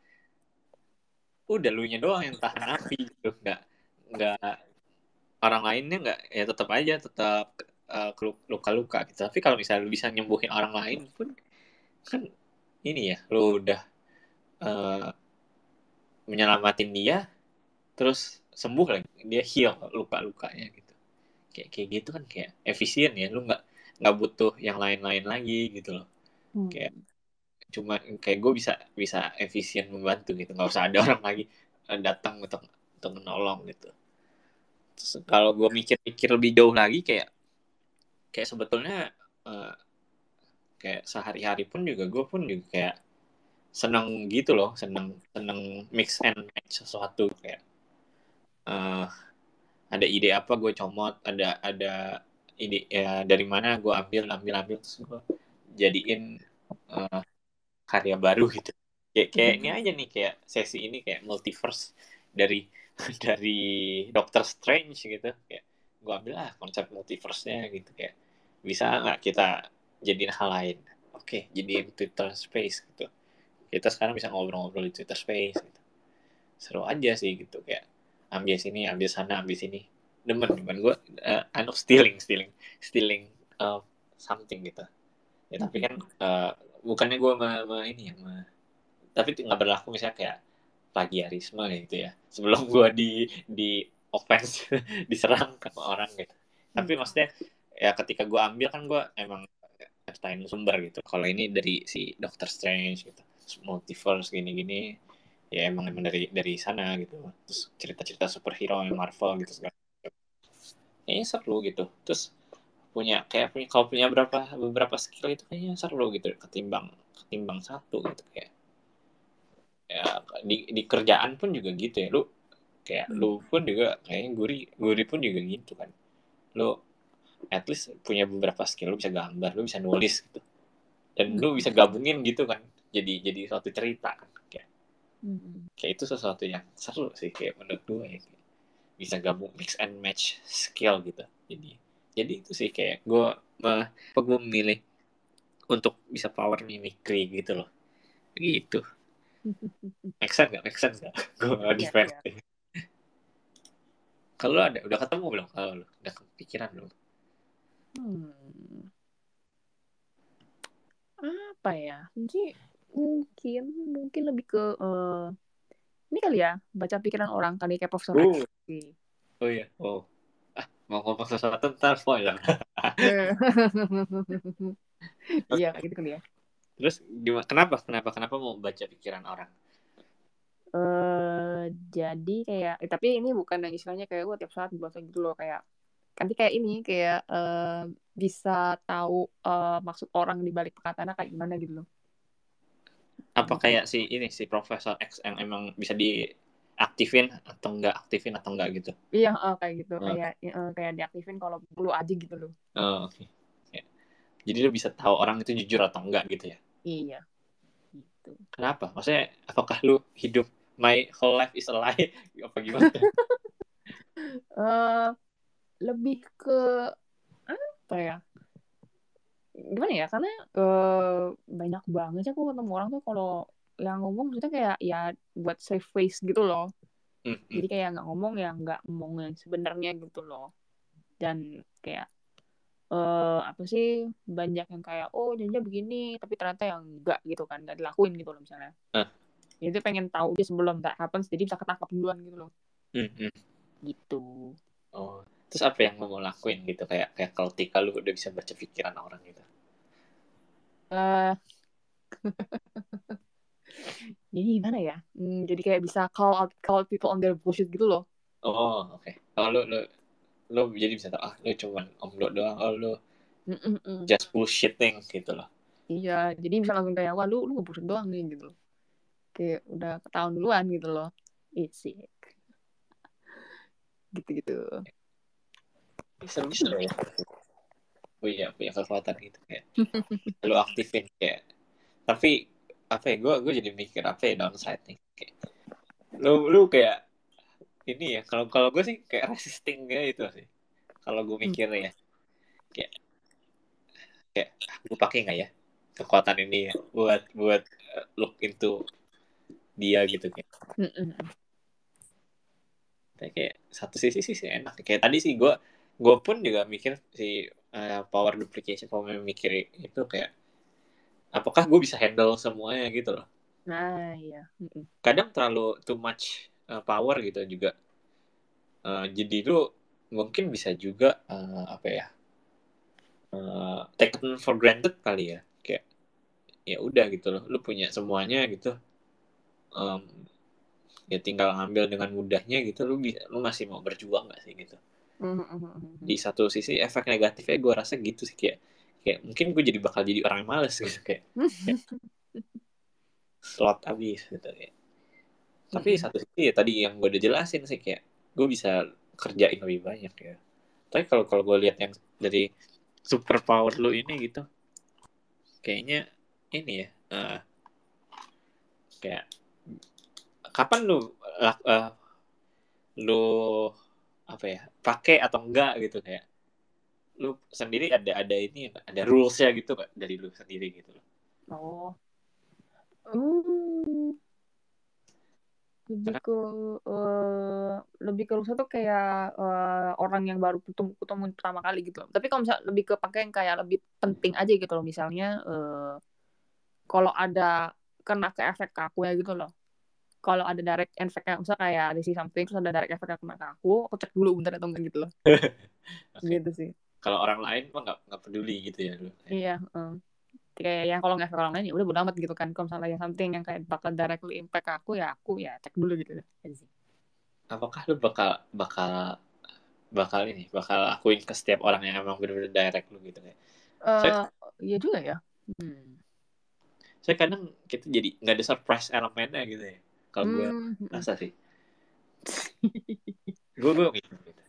[SPEAKER 1] udah lu nya doang yang tahan api gitu, nggak nggak orang lainnya nggak, ya tetap aja tetap uh, luka-luka gitu. Tapi kalau misalnya lu bisa nyembuhin orang lain pun kan ini ya, lu udah uh, menyelamatin dia terus sembuh lagi, dia heal luka-lukanya gitu, kayak kayak gitu kan, kayak efisien ya, lu nggak nggak butuh yang lain-lain lagi gitu loh.
[SPEAKER 3] Hmm.
[SPEAKER 1] Kayak cuma kayak gue bisa bisa efisien membantu gitu, nggak usah ada orang lagi datang untuk untuk menolong gitu. Terus kalau gue mikir-mikir lebih jauh lagi, kayak kayak sebetulnya uh, kayak sehari-hari pun juga gue pun juga kayak seneng gitu loh, seneng seneng mix and match sesuatu, kayak uh, ada ide apa gue comot, ada ada ide ya dari mana gue ambil ambil ambil terus gue jadiin uh, karya baru gitu. Kayak kayak ini aja nih, kayak sesi ini kayak multiverse dari dari Doctor Strange gitu, kayak gue ambil ah konsep multiverse-nya gitu, kayak bisa nggak kita jadiin hal lain, oke jadiin Twitter Space gitu, kita sekarang bisa ngobrol-ngobrol di Twitter Space gitu, seru aja sih gitu, kayak ambil sini ambil sana ambil sini, demen demen gue uh, anu stealing stealing stealing uh, something gitu ya. Tapi kan uh, bukannya gue me, me, ini ya me, tapi nggak berlaku misalnya kayak plagiarisme gitu ya, sebelum gue di di offense diserang sama orang gitu. Tapi maksudnya ya ketika gue ambil kan gue emang ceritain sumber gitu, kalau ini dari si Doctor Strange gitu, multiverse gini-gini ya, emang emang dari dari sana gitu. Terus cerita-cerita superhero yang Marvel gitu segala ini seru gitu. Terus punya kayak punya kalau punya berapa beberapa skill itu kayaknya seru gitu, ketimbang ketimbang satu gitu, kayak ya di di kerjaan pun juga gitu ya, lu kayak lu pun juga kayaknya guri guri pun juga gitu kan, lu at least punya beberapa skill, lu bisa gambar, lu bisa nulis gitu, dan lu bisa gabungin gitu kan, jadi jadi suatu cerita kan, kayak kayak itu sesuatu yang seru sih kayak menurut gue ya, bisa gabung mix and match skill gitu. Jadi jadi itu sih kayak gue uh, gue memilih untuk bisa power mimicry gitu loh, Gitu. Make sense nggak? Make sense nggak? Gue
[SPEAKER 3] Iya,
[SPEAKER 1] defend.
[SPEAKER 3] iya.
[SPEAKER 1] Kalau lu ada, udah ketemu belum? Kalau lu udah kepikiran belum?
[SPEAKER 3] Hmm. Apa ya? Jadi mungkin mungkin lebih ke eh, ini kali ya, baca pikiran orang kali kayak Profesor
[SPEAKER 1] Oh,
[SPEAKER 3] X. Sih.
[SPEAKER 1] oh iya. Oh, ah, mau ngomong sesuatu ntar spoiler.
[SPEAKER 3] Iya kayak gitu kali ya.
[SPEAKER 1] Terus gimana? Kenapa? Kenapa? Kenapa mau baca pikiran orang?
[SPEAKER 3] Eh jadi kayak eh, tapi ini bukan yang istilahnya kayak gue tiap saat baca gitu loh, kayak nanti kayak ini kayak eh, bisa tahu eh, maksud orang di balik perkataannya kayak gimana gitu loh.
[SPEAKER 1] Apa
[SPEAKER 3] Gitu.
[SPEAKER 1] kayak si ini si Profesor X yang emang bisa diaktifin atau enggak aktifin atau enggak gitu?
[SPEAKER 3] Iya eh, kayak gitu,
[SPEAKER 1] Oh,
[SPEAKER 3] kayak eh, kayak diaktifin kalau perlu aja gitu loh.
[SPEAKER 1] oh, oke. Ya. Jadi lu bisa tahu orang itu jujur atau enggak gitu ya?
[SPEAKER 3] Iya gitu.
[SPEAKER 1] Kenapa? Maksudnya apakah lu hidup my whole life is a lie? Apa gimana?
[SPEAKER 3] Eh lebih ke apa ya? Gimana ya? Karena eh, banyak banget sih aku ketemu orang tuh kalau yang ngomong maksudnya kayak ya buat save face gitu loh.
[SPEAKER 1] Hmm, hmm.
[SPEAKER 3] Jadi kayak nggak ngomong ya nggak ngomong yang sebenarnya gitu loh. Dan kayak eh apa sih, banyak yang kayak oh janjinya begini tapi ternyata yang enggak gitu kan, nggak dilakuin gitu loh misalnya.
[SPEAKER 1] Ah,
[SPEAKER 3] Jadi tuh pengen tahu dia sebelum that happens, jadi bisa ketangkap duluan gitu loh.
[SPEAKER 1] hmm, hmm.
[SPEAKER 3] Gitu.
[SPEAKER 1] Oh, terus apa yang mau lakuin gitu? Kayak kayak ketika lu udah bisa baca pikiran orang gitu.
[SPEAKER 3] eh jadi gimana ya? Hmm, jadi kayak bisa call out call out people on their bullshit gitu loh.
[SPEAKER 1] Oh, oke. Kalau lu, lu lu jadi bisa tahu ah lu cuman omlo doang, oh lu
[SPEAKER 3] Mm-mm-mm.
[SPEAKER 1] just bullshitting gitu loh.
[SPEAKER 3] Iya, jadi bisa langsung kayak wah lu lu ngebullshit doang nih gitu loh. Kayak udah ketahuan duluan gitu loh. It's it. Gitu-gitu.
[SPEAKER 1] Seru juga ya. Punya punya kekuatan gitu kayak lu aktifin kayak. Tapi apa ya? Gue gue jadi mikir apa ya downside nih. Kayak, lu lu kayak ini ya. Kalau kalau gue sih kayak resisting kayak itu sih. Kalau gue
[SPEAKER 3] Hmm.
[SPEAKER 1] mikirnya ya kayak kayak ah, gue pakai nggak ya kekuatan ini ya buat buat uh, look into dia gitu kayak.
[SPEAKER 3] Mm-mm.
[SPEAKER 1] Tapi kayak satu sisi sih, sih enak kayak tadi sih gue gue pun juga mikir si uh, power duplication power mikir itu kayak apakah gue bisa handle semuanya gitu loh.
[SPEAKER 3] Nah, iya. Mm-mm.
[SPEAKER 1] Kadang terlalu too much uh, power gitu juga. Uh, jadi lu mungkin bisa juga uh, apa ya uh, taken for granted kali ya kayak ya udah gitu loh lu punya semuanya gitu. Um, ya tinggal ngambil dengan mudahnya gitu lu bisa lu masih mau berjuang nggak sih gitu.
[SPEAKER 3] Mm-mm.
[SPEAKER 1] Di satu sisi efek negatifnya gue rasa gitu sih kayak kayak mungkin gue jadi bakal jadi orang yang males gitu kayak, kayak slot abis gitu kayak. Tapi
[SPEAKER 3] Mm-mm.
[SPEAKER 1] satu sisi ya tadi yang gue udah jelasin sih kayak gue bisa kerjain lebih banyak ya. Tapi kalau kalau gue lihat yang dari super power lu ini gitu kayaknya ini ya uh, kayak kapan lu uh, uh, lu apa ya pakai atau enggak gitu kayak lu sendiri ada ada ini ada rulesnya gitu gak dari lu sendiri gitu loh.
[SPEAKER 3] Oh. Hmm. Lebih
[SPEAKER 1] Karena
[SPEAKER 3] ke eh, lebih ke rusa tuh kayak eh, orang yang baru ketemu ketemu pertama kali gitu. Tapi kalau misalnya lebih ke pakai yang kayak lebih penting aja gitu loh. Misalnya eh, kalau ada kena ke efek ke aku ya gitu loh. Kalau ada direct efeknya, misalnya kayak ada si something terus ada direct efeknya kena ke aku, aku cek dulu bentar atau enggak gitu loh.
[SPEAKER 1] okay.
[SPEAKER 3] Gitu sih.
[SPEAKER 1] Kalau orang lain mah nggak nggak peduli gitu ya lu.
[SPEAKER 3] Iya. eh. Kayak yang kalau nggak efek orang lain ya udah bodo amat gitu kan. Kalau misalnya yang something yang kayak bakal directly impact ke aku ya aku ya cek dulu gitu loh. Gitu sih.
[SPEAKER 1] Apakah lu bakal bakal bakal ini bakal akuin ke setiap orang yang emang bener-bener direct lu gitu kayak. Saya
[SPEAKER 3] Eh, iya juga ya. Hmm.
[SPEAKER 1] saya kadang kita jadi nggak ada surprise elemennya gitu ya. Kalau gue
[SPEAKER 3] Hmm.
[SPEAKER 1] rasa sih. Gue gue gitu. gitu.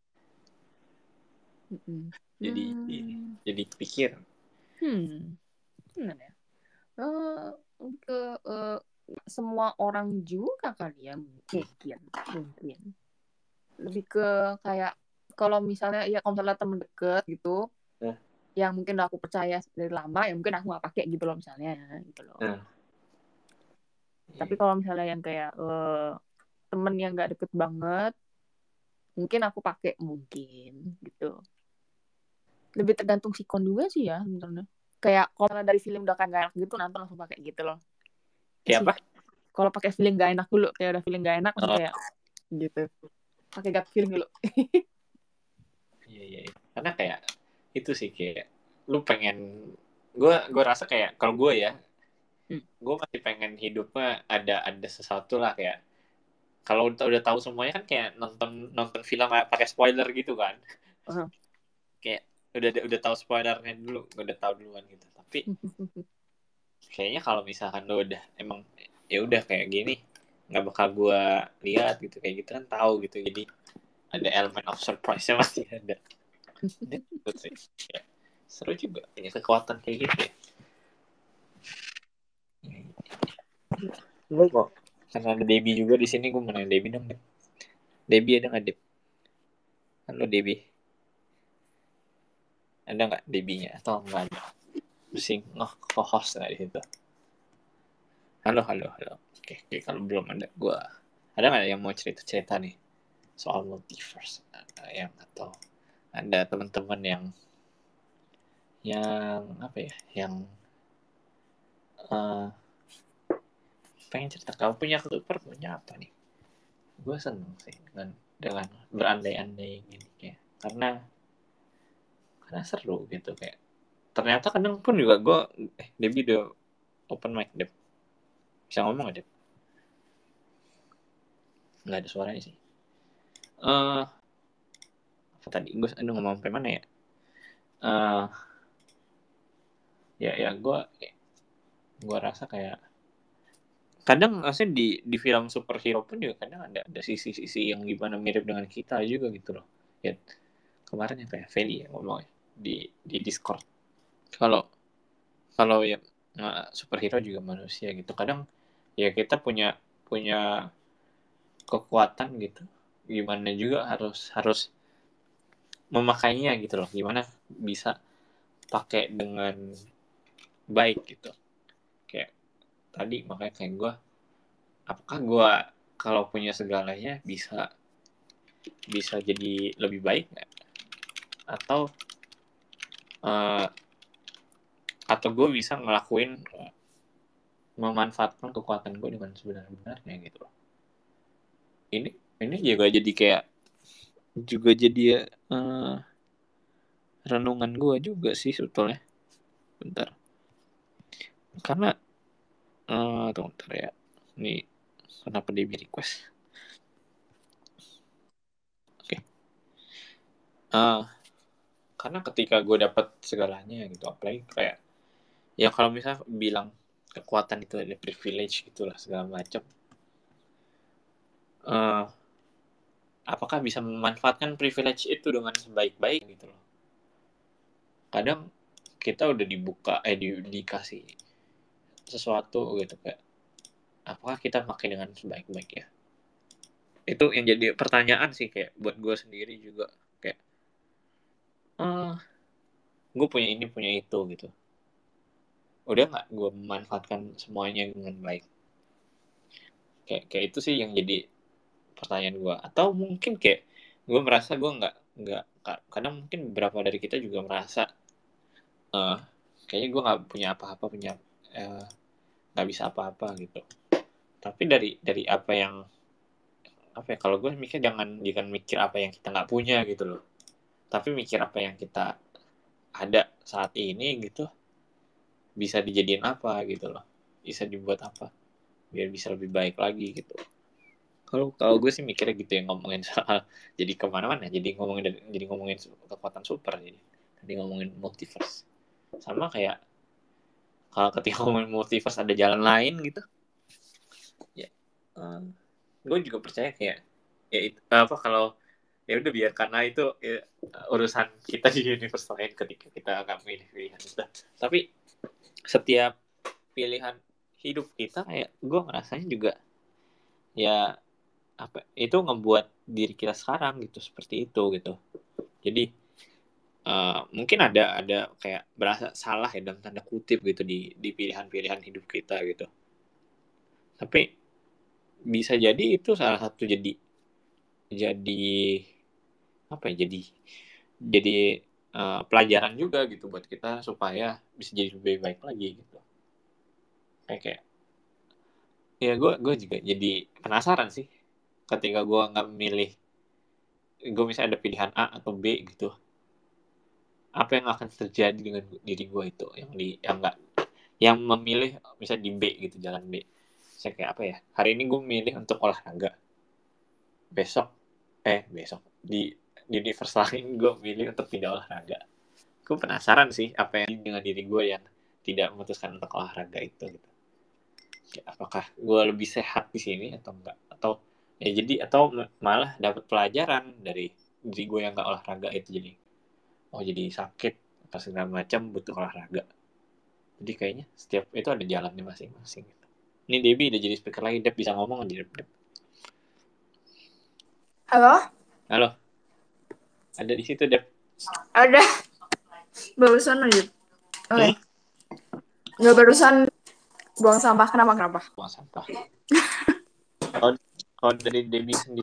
[SPEAKER 3] Mm-mm.
[SPEAKER 1] Jadi ini
[SPEAKER 3] Hmm.
[SPEAKER 1] jadi pikir.
[SPEAKER 3] Hmm. Gimana ya? Eh, ke eh, semua orang juga kali ya, mungkin mungkin lebih ke kayak kalau misalnya ya kalau misalnya temen deket gitu
[SPEAKER 1] Nah,
[SPEAKER 3] yang mungkin udah aku percaya dari lama ya mungkin aku nggak pakai gitu loh misalnya gitu loh.
[SPEAKER 1] nah
[SPEAKER 3] Tapi kalau misalnya yang kayak uh, temen yang nggak deket banget, mungkin aku pakai mungkin gitu. Lebih tergantung sikon juga sih ya sebenarnya. Kayak kalau dari film udah kan gak enak gitu, nonton langsung pakai gitu loh.
[SPEAKER 1] Kayak apa?
[SPEAKER 3] Kalau pakai feeling gak enak dulu, kayak udah feeling gak enak, langsung
[SPEAKER 1] Oh.
[SPEAKER 3] kayak gitu. Pakai gut feeling dulu.
[SPEAKER 1] Iya iya. Karena kayak itu sih kayak lu pengen, gue gue rasa kayak kalau gue ya,
[SPEAKER 3] Hmm.
[SPEAKER 1] gue masih pengen hidupnya ada ada sesuatu lah kayak kalau udah udah tahu semuanya kan kayak nonton nonton film pakai spoiler gitu kan.
[SPEAKER 3] Uh-huh.
[SPEAKER 1] Kayak udah udah tahu spoilernya dulu, udah tahu duluan gitu. Tapi kayaknya kalau misalkan lo udah emang ya udah kayak gini nggak bakal gue lihat gitu kayak gitu kan tahu gitu, jadi ada elemen of surprise-nya masih ada. Itu sih ya, seru juga punya kekuatan kayak gitu ya. Lo kok karena ada Debbie juga di sini, gue mau nanya Debbie dong. Debbie ada nggak Deb? Halo Debbie, ada nggak Debbie-nya atau nggak ada? Pusing oh co-host nggak di situ? Halo halo halo. Oke, oke kalau belum ada, gue ada nggak yang mau cerita cerita nih soal multiverse yang atau ada teman-teman yang yang apa ya yang uh, pengen cerita kalau punya super punya apa nih? Gue seneng sih dengan dengan berandai-andai gini kayak karena karena seru gitu kayak ternyata kadang pun juga gue eh Debbie udah open mic Deb, bisa ngomong gak Deb? Nggak ada suaranya sih. Eh uh, apa tadi gue aduh ngomong sampai mana ya? Uh, ya ya gue gue rasa kayak kadang maksudnya di di film superhero pun juga kadang ada ada sisi-sisi yang gimana mirip dengan kita juga gitu loh. Ya kemarin yang kayak Feli ya ngomong di di Discord. Kalau kalau ya nah, superhero juga manusia gitu. Kadang ya kita punya punya kekuatan gitu. Gimana juga harus harus memakainya gitu loh. Gimana bisa pakai dengan baik gitu. Kayak tadi makanya kayak gue apakah gue kalau punya segalanya bisa bisa jadi lebih baik nggak? Atau uh, atau gue bisa ngelakuin uh, memanfaatkan kekuatan gue dengan sebenar-benarnya gitu loh. Ini ini juga jadi kayak juga jadi uh, renungan gue juga sih sebetulnya. Bentar. Karena uh, tunggu bentar ya. Ini kenapa dia request? Oke. Okay. Uh, karena ketika gue dapat segalanya gitu, apalagi kayak ya kalau misalnya bilang kekuatan itu ada privilege gitulah segala macam. Uh, apakah bisa memanfaatkan privilege itu dengan sebaik-baik gitu loh? Kadang kita udah dibuka eh di, dikasih sesuatu gitu kayak apakah kita pakai dengan sebaik-baik ya? Itu yang jadi pertanyaan sih kayak buat gue sendiri juga kayak uh, gue punya ini punya itu gitu. Udah nggak gue memanfaatkan semuanya dengan baik? Kayak kayak itu sih yang jadi pertanyaan gue. Atau mungkin kayak gue merasa gue nggak nggak kadang mungkin beberapa dari kita juga merasa uh, kayaknya gue nggak punya apa-apa punya nggak uh, bisa apa-apa gitu. Tapi dari dari apa yang apa ya kalau gue mikir jangan jangan mikir apa yang kita nggak punya gitu loh, tapi mikir apa yang kita ada saat ini gitu bisa dijadiin apa gitu loh, bisa dibuat apa biar bisa lebih baik lagi gitu. Kalau kalau gue sih mikirnya gitu ya ngomongin soal jadi kemana-mana jadi ngomongin jadi ngomongin kekuatan super jadi tadi ngomongin multiverse sama kayak kalau ketika ngomongin multiverse ada jalan lain gitu ya um, gue juga percaya kayak ya itu, apa kalau ya udah biar karena itu ya, urusan kita di universe lain ketika kita nggak milih pilihan itu. Tapi setiap pilihan hidup kita kayak gue ngerasanya juga ya apa itu ngebuat diri kita sekarang gitu seperti itu gitu. Jadi uh, mungkin ada ada kayak berasa salah ya dalam tanda kutip gitu di di pilihan-pilihan hidup kita gitu. Tapi bisa jadi itu salah satu jadi jadi apa ya? Jadi jadi uh, pelajaran juga gitu buat kita supaya bisa jadi lebih baik lagi gitu. Kayak kayak ya gue gue juga jadi penasaran sih ketika gue nggak memilih, gue misalnya ada pilihan A atau B gitu, apa yang akan terjadi dengan diri gue itu yang di yang nggak yang memilih misalnya di B gitu, jalan B. Saya kayak apa ya, hari ini gue memilih untuk olahraga, besok eh besok di di universe lain gue milih untuk tidak olahraga. Gue penasaran sih apa yang dengan diri gue yang tidak memutuskan untuk olahraga itu gitu. Kayak, apakah gue lebih sehat di sini atau enggak, atau ya jadi atau malah dapat pelajaran dari diri gue yang nggak olahraga itu, jadi oh jadi sakit apa segala macam butuh olahraga. Jadi kayaknya setiap itu ada jalannya masing-masing gitu. Ini Debbie udah jadi speaker lagi, Deb bisa ngomong aja Deb. Deb.
[SPEAKER 2] Halo?
[SPEAKER 1] Halo. Ada di situ Deb.
[SPEAKER 2] Ada. Barusan aja. Oke. Okay.
[SPEAKER 1] Hmm?
[SPEAKER 2] Nggak barusan buang sampah. Kenapa? Kenapa?
[SPEAKER 1] Buang sampah. Kalau kalau dari Debbie sendiri,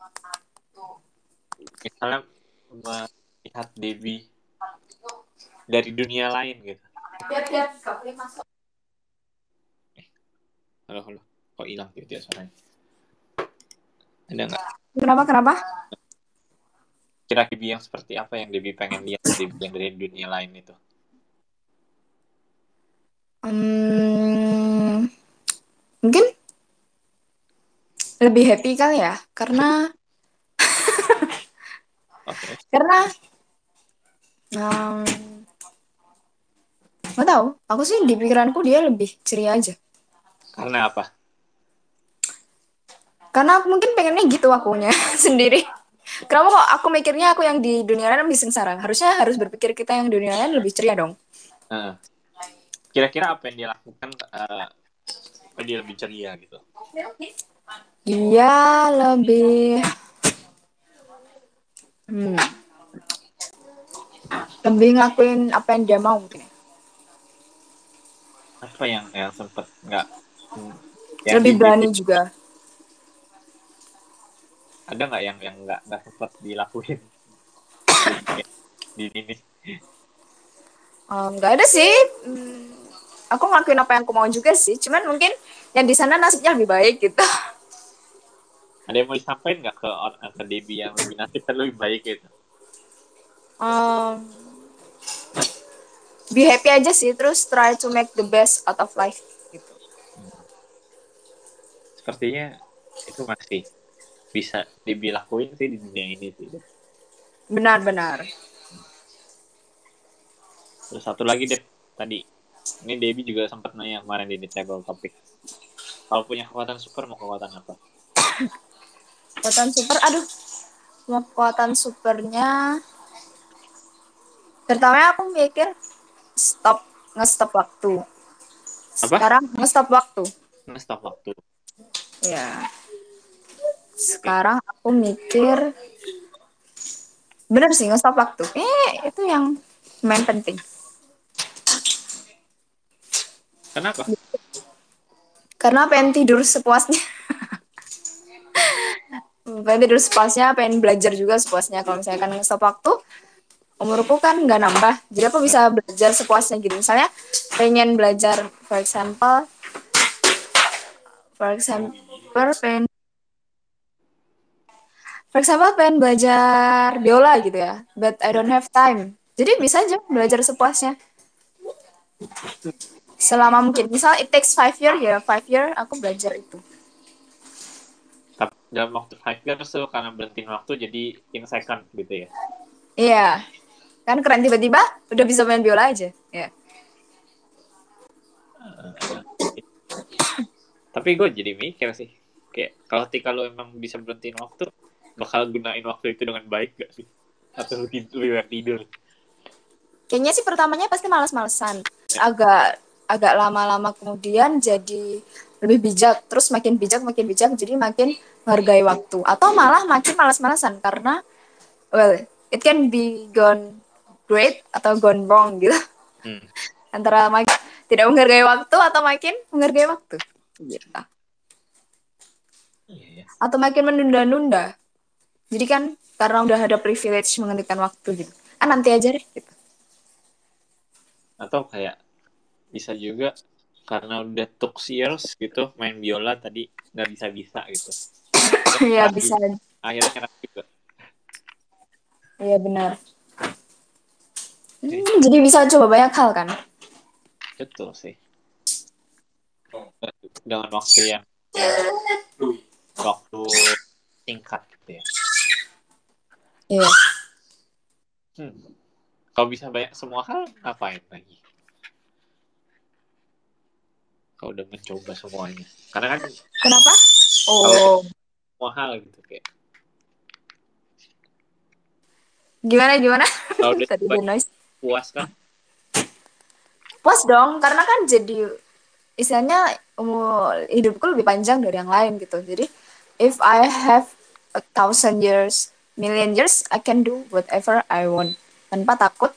[SPEAKER 1] misalnya melihat Debbie dari dunia lain gitu. Halo, halo. Kok hilang gitu ya suaranya? Ada nggak?
[SPEAKER 2] Kenapa? Kenapa?
[SPEAKER 1] Kira Debbie yang seperti apa yang Debbie pengen lihat Debbie yang dari dunia lain itu?
[SPEAKER 2] Hmm, mungkin lebih happy kali ya, karena
[SPEAKER 1] Oke. Okay.
[SPEAKER 2] karena um, nggak tahu. Aku sih di pikiranku dia lebih ceria aja.
[SPEAKER 1] Karena apa?
[SPEAKER 2] Karena aku mungkin pengennya gitu akunya sendiri. Kenapa kok aku mikirnya aku yang di dunia lain lebih sengsara? Harusnya harus berpikir kita yang di dunia lain lebih ceria dong.
[SPEAKER 1] Nah, kira-kira apa yang dia lakukan uh, supaya dia lebih ceria gitu?
[SPEAKER 2] Dia lebih hmm, lebih ngakuin apa yang dia mau mungkin.
[SPEAKER 1] Apa yang yang sempet nggak
[SPEAKER 2] lebih berani di, juga.
[SPEAKER 1] Ada nggak yang yang nggak nggak sempet dilakuin di ini?
[SPEAKER 2] Nggak um, ada sih. Hmm, aku ngelakuin apa yang aku mau juga sih. Cuman mungkin yang di sana nasibnya lebih baik gitu.
[SPEAKER 1] Ada yang mau disampaikan nggak ke ke Debbie yang lebih nasibnya lebih baik gitu?
[SPEAKER 2] Um, be happy aja sih, terus try to make the best out of life gitu.
[SPEAKER 1] Hmm. Sepertinya itu masih bisa Debbie lakuin sih di dunia ini sih.
[SPEAKER 2] Benar-benar.
[SPEAKER 1] Terus satu lagi Deb, tadi ini Debbie juga sempat nanya kemarin di table topik. Kalau punya kekuatan super mau kekuatan apa?
[SPEAKER 2] Kekuatan super, aduh, mau kekuatan supernya. Pertama aku mikir stop, nge-stop waktu.
[SPEAKER 1] Apa?
[SPEAKER 2] Sekarang nge-stop waktu.
[SPEAKER 1] Nge-stop waktu.
[SPEAKER 2] Ya. Sekarang aku mikir bener sih nge-stop waktu. Eh, itu yang main penting.
[SPEAKER 1] Kenapa?
[SPEAKER 2] Karena pengen tidur sepuasnya. pengen tidur sepuasnya, pengen belajar juga sepuasnya. Kalau misalkan nge-stop waktu, umurku kan nggak nambah. Jadi aku bisa belajar sepuasnya gitu. Misalnya pengen belajar, for example, for example, pengen For example, pengen belajar biola gitu ya, but I don't have time. Jadi bisa aja belajar sepuasnya. Selama mungkin. Misal it takes five year ya, five year aku belajar itu.
[SPEAKER 1] Tapi dalam waktu five years tuh karena berhentiin waktu jadi in second gitu ya?
[SPEAKER 2] Iya. Kan keren, tiba-tiba udah bisa main biola aja. Ya.
[SPEAKER 1] Uh, tapi gue jadi mikir sih, kayak kalau ketika lo emang bisa berhentiin waktu, bakal gunain waktu itu dengan baik gak sih? Atau lebih lebih tidur?
[SPEAKER 2] Kayaknya sih pertamanya pasti malas-malesan. Agak agak lama-lama kemudian jadi lebih bijak. Terus makin bijak, makin bijak, jadi makin menghargai waktu. Atau malah makin malas-malesan karena, well, it can be gone great atau gone wrong gitu. Hmm. Antara makin tidak menghargai waktu atau makin menghargai waktu. Gitu. atau makin menunda-nunda. Jadi kan karena udah ada privilege menghentikan waktu gitu. Ah nanti aja deh gitu.
[SPEAKER 1] Atau kayak bisa juga karena udah took years gitu main biola tadi nggak bisa-bisa gitu.
[SPEAKER 2] Iya
[SPEAKER 1] Lagi,
[SPEAKER 2] bisa.
[SPEAKER 1] akhirnya nyerah juga.
[SPEAKER 2] Iya benar. Hmm, jadi bisa coba banyak hal kan?
[SPEAKER 1] Betul sih. Dengan waktu yang yang waktu singkat gitu ya.
[SPEAKER 2] Iya.
[SPEAKER 1] Hmm. Kalau bisa banyak semua hal, ngapain lagi? Kalau udah mencoba semuanya. Karena kan
[SPEAKER 2] Kenapa?
[SPEAKER 1] kalau
[SPEAKER 2] Oh,
[SPEAKER 1] semua hal gitu kayak
[SPEAKER 2] gimana gimana?
[SPEAKER 1] kalau udah
[SPEAKER 2] Tadi
[SPEAKER 1] coba
[SPEAKER 2] ada noise.
[SPEAKER 1] puas kan?
[SPEAKER 2] Puas dong, karena kan jadi istilahnya umur hidupku lebih panjang dari yang lain gitu. Jadi if I have a thousand years, million years, I can do whatever I want tanpa takut,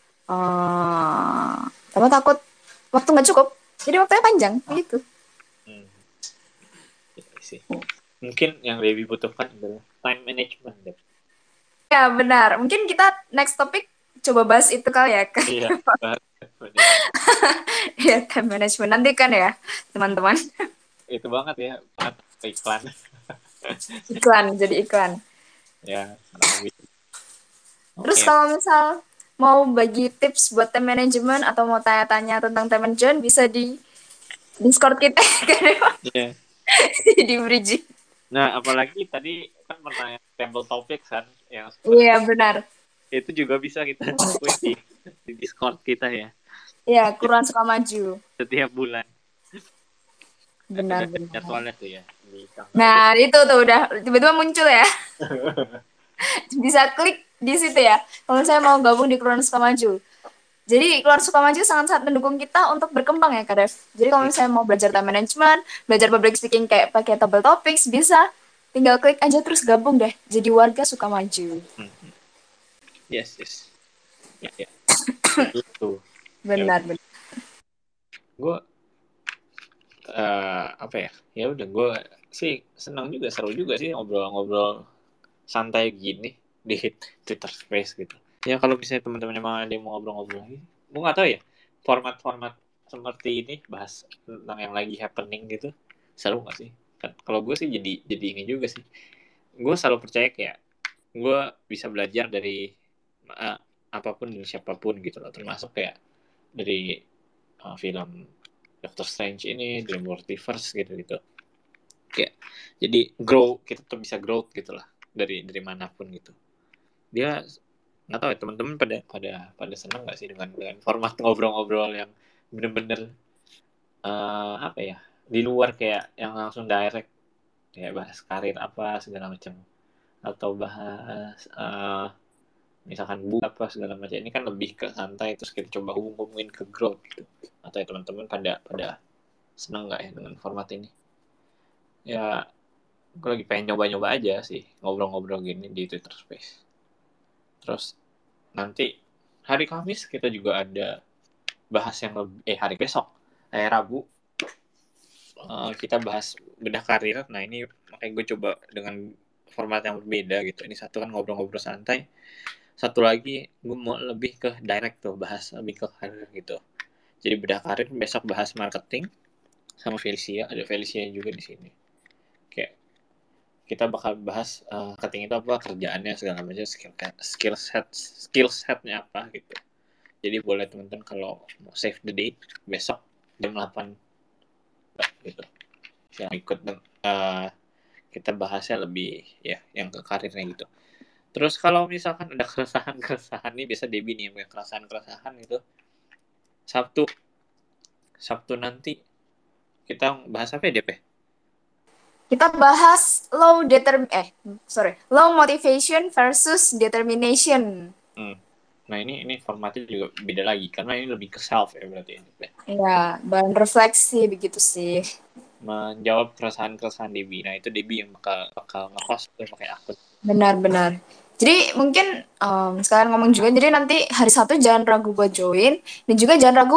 [SPEAKER 2] eh tanpa takut waktu nggak cukup. Jadi waktunya panjang gitu.
[SPEAKER 1] Hmm. Ya, sih. Mungkin yang lebih butuhkan adalah time management deh.
[SPEAKER 2] Ya benar. Mungkin kita next topic coba bahas itu kali ya kan.
[SPEAKER 1] Iya, bahas management.
[SPEAKER 2] Ya time management nanti kan ya teman-teman.
[SPEAKER 1] Itu banget ya, banget iklan.
[SPEAKER 2] Iklan jadi iklan.
[SPEAKER 1] Ya, kurang lebih.
[SPEAKER 2] Terus
[SPEAKER 1] Oke.
[SPEAKER 2] kalau misal mau bagi tips buat time management atau mau tanya-tanya tentang time management bisa di Discord kita kan ya,
[SPEAKER 1] Iya.
[SPEAKER 2] di bridging.
[SPEAKER 1] Nah, apalagi tadi kan pertanyaan table topic kan yang
[SPEAKER 2] Iya
[SPEAKER 1] seperti
[SPEAKER 2] benar.
[SPEAKER 1] itu juga bisa kita lakuin di, di Discord kita ya
[SPEAKER 2] Iya kurang suka maju.
[SPEAKER 1] setiap bulan. Nah, itu udah ada
[SPEAKER 2] Benar-benar.
[SPEAKER 1] jadwalnya tuh ya di tanggal dua.
[SPEAKER 2] Nah itu tuh udah tiba-tiba muncul ya. Bisa klik di situ ya. Kalau saya mau gabung di Kurang Suka Maju. Jadi Keluarga Sukamaju sangat-sangat mendukung kita untuk berkembang ya Kak Dev. Jadi kalau misalnya mau belajar time management, belajar public speaking kayak pakai table topics, bisa tinggal klik aja terus gabung deh. Jadi warga Sukamaju.
[SPEAKER 1] Hmm. Yes, yes. Ya, ya. Itu. Ya,
[SPEAKER 2] Benar, benar.
[SPEAKER 1] gue uh, apa ya? Ya udah gue sih senang juga, seru juga sih ngobrol-ngobrol santai gini di Twitter Space gitu. Ya kalau misalnya teman-teman emang ada yang mau ngobrol-ngobrol lagi, gue nggak tahu ya format-format seperti ini bahas tentang yang lagi happening gitu, seru nggak sih? Kan kalau gue sih jadi jadi ini juga sih. Gue selalu percaya kayak gue bisa belajar dari uh, apapun dari siapapun gitu loh, termasuk kayak dari uh, film Doctor Strange ini, dari multiverse gitu gitu. Kayak jadi grow, kita tuh bisa growth gitu lah dari dari manapun gitu. Dia nggak tahu ya teman-teman pada pada pada senang nggak sih dengan dengan format ngobrol-ngobrol yang bener-bener uh, apa ya, di luar kayak yang langsung direct kayak bahas karir apa segala macam, atau bahas uh, misalkan buku apa segala macam. Ini kan lebih ke santai terus kita coba hubung-hubungin ke growth gitu. Atau ya teman-teman pada pada senang nggak ya dengan format ini? Ya gue lagi pengen nyoba-nyoba aja sih ngobrol-ngobrol gini di Twitter Space. Terus nanti hari Kamis kita juga ada bahas yang lebih, eh hari besok hari Rabu uh, kita bahas bedah karir. Nah ini makanya gue coba dengan format yang berbeda gitu. Ini satu kan ngobrol-ngobrol santai, satu lagi gue mau lebih ke direct tuh, bahas lebih ke karir gitu. Jadi bedah karir besok bahas marketing sama Felicia, ada Felicia juga di sini. Kayak kita bakal bahas uh, marketing itu apa, kerjaannya segala macam, skill skill set skill setnya apa gitu. Jadi boleh teman-teman kalau mau save the date besok jam delapan gitu. Yang ikut uh, kita bahasnya lebih ya yang ke karirnya gitu. Terus kalau misalkan ada keresahan-keresahan nih, biasa Debbie nih yang punya keresahan-keresahan gitu. Sabtu Sabtu nanti kita bahas apa ya, D P?
[SPEAKER 2] Kita bahas low determ eh sorry, low motivation versus determination.
[SPEAKER 1] Hmm. Nah ini ini formatnya juga beda lagi karena ini lebih ke self ya berarti ini.
[SPEAKER 2] Ya, bahan refleksi begitu sih.
[SPEAKER 1] Menjawab keresahan-keresahan Debbie. Nah itu Debbie yang bakal bakal nge-host tuh pakai akun.
[SPEAKER 2] Benar-benar. Jadi mungkin um, sekarang ngomong juga, jadi nanti hari Sabtu jangan ragu buat join dan juga jangan ragu untuk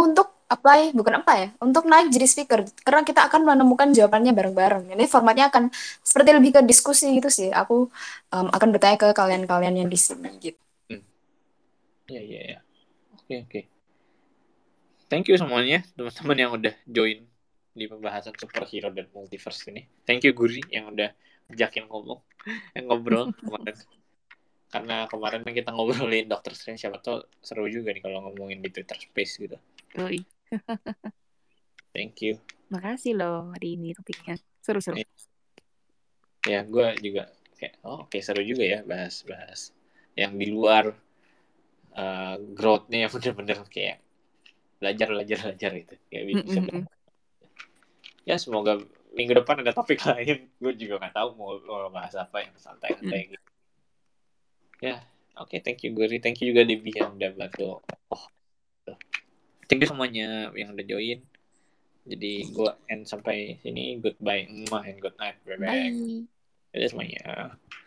[SPEAKER 2] apply, bukan apa ya, untuk naik jadi speaker. Karena kita akan menemukan jawabannya bareng-bareng. Ini formatnya akan seperti lebih ke diskusi gitu sih. Aku um, akan bertanya ke kalian-kalian yang di sini gitu.
[SPEAKER 1] Hmm. Ya, ya, ya. Oke, oke. Thank you semuanya, teman-teman yang udah join di pembahasan superhero dan multiverse ini. Thank you Guri yang udah ajakin ngomong, yang ngobrol kemarin. Karena kemarin kan kita ngobrolin Doctor Strange, siapa tuh seru juga nih kalau ngomongin di Twitter Space gitu.
[SPEAKER 3] Yoi.
[SPEAKER 1] Thank you.
[SPEAKER 3] Makasih loh hari ini topiknya. Seru-seru.
[SPEAKER 1] Ya, gue juga kayak, oh oke okay, seru juga ya bahas-bahas yang di luar uh, growth-nya yang bener-bener kayak belajar-belajar-belajar gitu. Kayak bisa
[SPEAKER 3] Mm-mm.
[SPEAKER 1] ya semoga minggu depan ada topik lain. Gue juga nggak tahu mau, mau bahas apa yang santai-santai
[SPEAKER 3] Mm.
[SPEAKER 1] gitu. Ya, oke, okay, thank you Guri, thank you juga Debbie yang udah bantu. Oh, thank you semuanya yang udah join. Jadi gue end sampai sini. Goodbye, and good night, bye bye.
[SPEAKER 3] Bye.
[SPEAKER 1] Dadah semuanya.